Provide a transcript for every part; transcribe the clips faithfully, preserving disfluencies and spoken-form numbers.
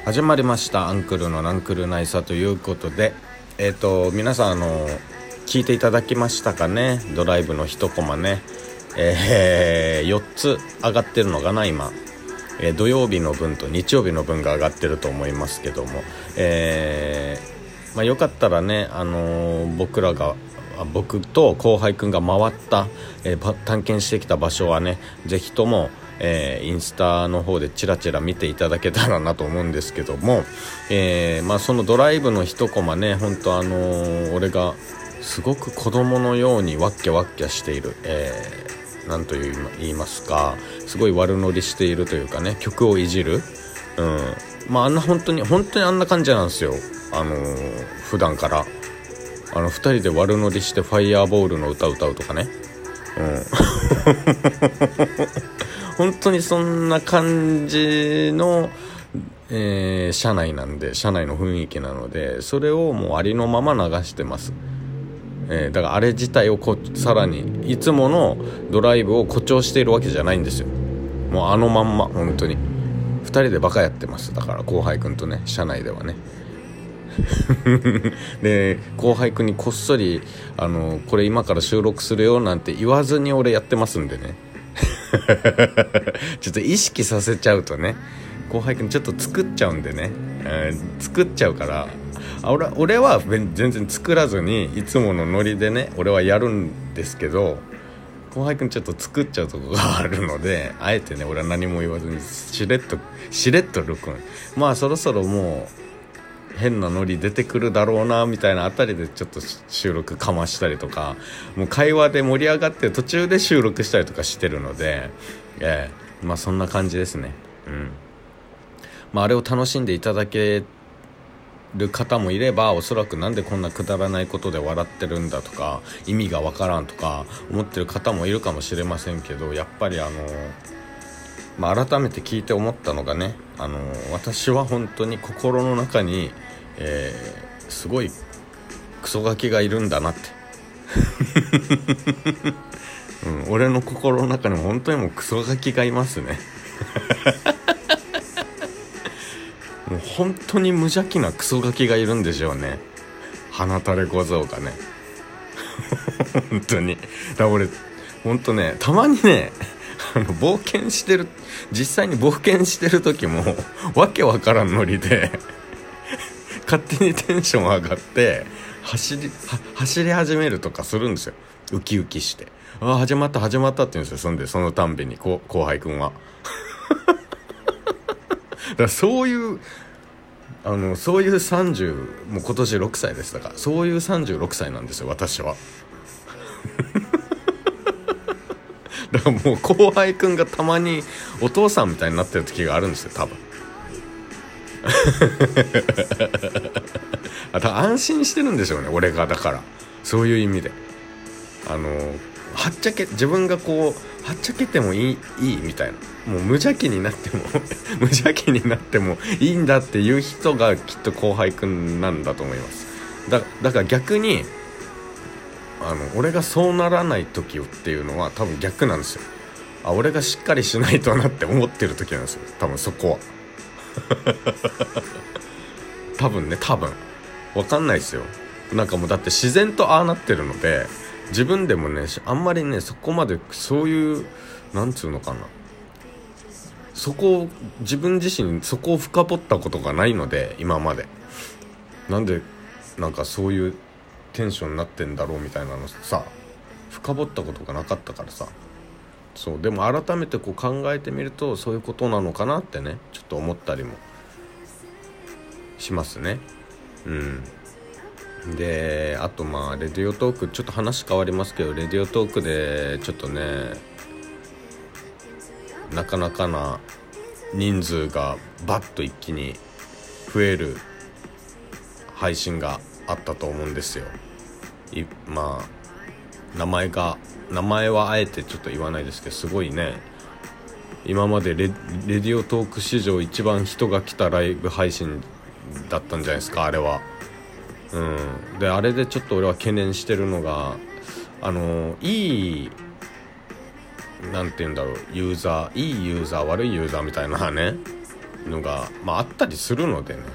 始まりましたアンクルのナンクルナイサということで、えーと皆さんあの聞いていただきましたかね。ドライブの一コマね、えー、よっつ上がってるのかな今、えー、土曜日の分と日曜日の分が上がってると思いますけども、えーまあ、よかったらね、あのー、僕らが僕と後輩くんが回った、えー、探検してきた場所はね、ぜひともえー、インスタの方でチラチラ見ていただけたらなと思うんですけども、えーまあ、そのドライブの一コマね、本当あのー、俺がすごく子供のようにワッキャワッキャしている、えー、なんと言いますか、すごい悪乗りしているというかね、曲をいじる、うん、まああんな本当に本当にあんな感じなんですよ。あのー、普段からあのふたりで悪乗りしてファイヤーボールの歌歌うとかね、うん本当にそんな感じの、えー、車内なんで、車内の雰囲気なので、それをもうありのまま流してます、えー、だからあれ自体をこさらにいつものドライブを誇張しているわけじゃないんですよ。もうあのまんま本当にふたりでバカやってます。だから後輩くんとね、車内ではねで後輩くんにこっそりあのこれ今から収録するよなんて言わずに俺やってますんでねちょっと意識させちゃうとね、後輩くんちょっと作っちゃうんでね、えー、作っちゃうからあ 俺, 俺は全然作らずにいつものノリでね俺はやるんですけど、後輩くんちょっと作っちゃうとこがあるので、あえてね俺は何も言わずにしれっとしれっとルくん、まあそろそろもう変なノリ出てくるだろうなみたいなあたりでちょっと収録かましたりとか、もう会話で盛り上がって途中で収録したりとかしてるので、えー、まあそんな感じですね。うん。まああれを楽しんでいただける方もいれば、おそらくなんでこんなくだらないことで笑ってるんだとか意味がわからんとか思ってる方もいるかもしれませんけど、やっぱりあのまあ改めて聞いて思ったのがね、あの私は本当に心の中にえー、すごいクソガキがいるんだなって、うん、俺の心の中にも本当にもうクソガキがいますねもう本当に無邪気なクソガキがいるんでしょうね、鼻垂れ小僧がね本当にだから俺本当ね、たまにねあの冒険してる実際に冒険してる時もわけわからんノリで勝手にテンション上がって走り走り始めるとかするんですよ。ウキウキして、ああ始まった始まったって言うんですよ。そんでそのたんびにこ後輩くんはだからそういうあのそういうさんじゅうもう今年ろくさいです。だからそういうさんじゅうろくさいなんですよ私はだからもう後輩くんがたまにお父さんみたいになってる時があるんですよ多分あ、だ安心してるんでしょうね俺が。だからそういう意味であのはっちゃけ自分がこうはっちゃけてもいいいいみたいな、もう無邪気になっても無邪気になってもいいんだっていう人がきっと後輩くんなんだと思います。だ, だから逆にあの俺がそうならない時っていうのは多分逆なんですよ。あ、俺がしっかりしないとなって思ってる時なんですよ多分そこは多分ね多分わかんないですよ。なんかもうだって自然とああなってるので、自分でもねあんまりねそこまでそういうなんつうのかな、そこを自分自身そこを深掘ったことがないので今まで、なんでなんかそういうテンションになってんだろうみたいなのさ深掘ったことがなかったからさ。そうでも改めてこう考えてみるとそういうことなのかなってねちょっと思ったりもしますね。うんであとまあレディオトークちょっと話変わりますけど、レディオトークでちょっとねなかなかな人数がバッと一気に増える配信があったと思うんですよ。いまあ名前が名前はあえてちょっと言わないですけど、すごいね今まで レ, レディオトーク史上一番人が来たライブ配信だったんじゃないですかあれは。うんであれでちょっと俺は懸念してるのが、あのいいなんて言うんだろうユーザーいいユーザー悪いユーザーみたいなねのが、まあ、あったりするのでね、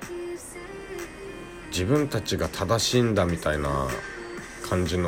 自分たちが正しいんだみたいな感じの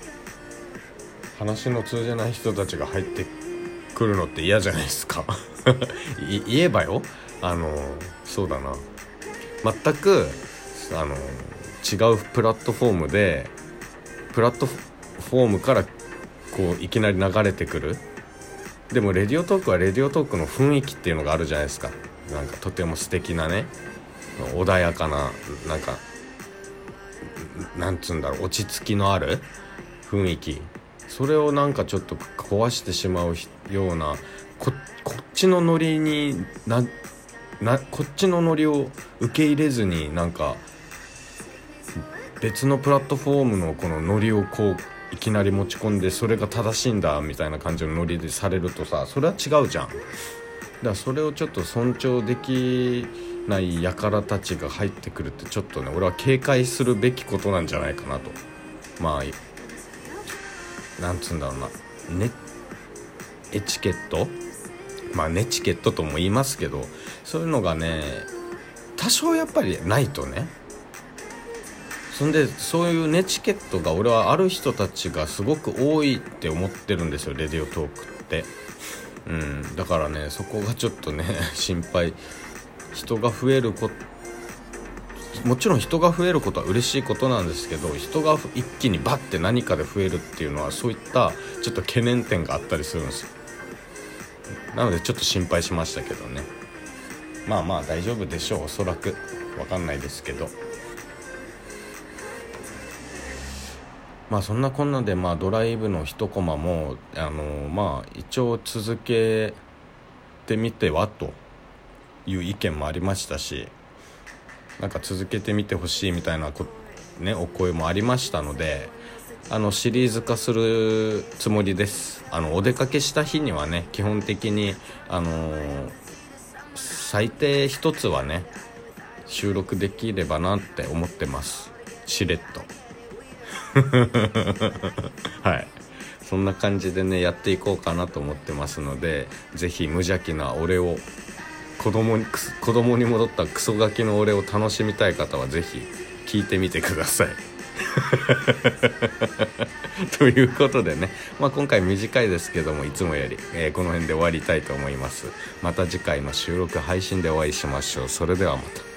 話の通じない人たちが入ってくるのって嫌じゃないですかい言えばよ、あのそうだな、全くあの違うプラットフォームでプラットフォームからこういきなり流れてくる。でもレディオトークはレディオトークの雰囲気っていうのがあるじゃないですか。なんかとても素敵なね、穏やかな、なんかなんつうんだろう、落ち着きのある雰囲気、それをなんかちょっと壊してしまうような こ, こっちのノリにななこっちのノリを受け入れずに、なんか別のプラットフォームのこのノリをこういきなり持ち込んで、それが正しいんだみたいな感じのノリでされるとさ、それは違うじゃん。だからそれをちょっと尊重できない輩たちが入ってくるって、ちょっとね俺は警戒するべきことなんじゃないかなと。まあなんつうんだろうな、ね、エチケット、まあネチケットとも言いますけど、そういうのがね多少やっぱりないとね、そんでそういうネチケットが俺はある人たちがすごく多いって思ってるんですよ、レディオトークって。うん、だからねそこがちょっとね心配。人が増えるこもちろん人が増えることは嬉しいことなんですけど、人が一気にバッて何かで増えるっていうのはそういったちょっと懸念点があったりするんですよ。なのでちょっと心配しましたけどね。まあまあ大丈夫でしょう、おそらく。わかんないですけど、まあそんなこんなで、まあドライブの一コマもあのまあ一応続けてみてはという意見もありましたし、なんか続けてみてほしいみたいなこ、ね、お声もありましたので、あのシリーズ化するつもりです。あのお出かけした日にはね、基本的にあのー、最低一つはね収録できればなって思ってます。しれっとはい、そんな感じでねやっていこうかなと思ってますので、ぜひ無邪気な俺を子供に子供に戻ったクソガキの俺を楽しみたい方はぜひ聞いてみてくださいということでね、まあ、今回短いですけどもいつもより、えー、この辺で終わりたいと思います。また次回の収録配信でお会いしましょう。それではまた。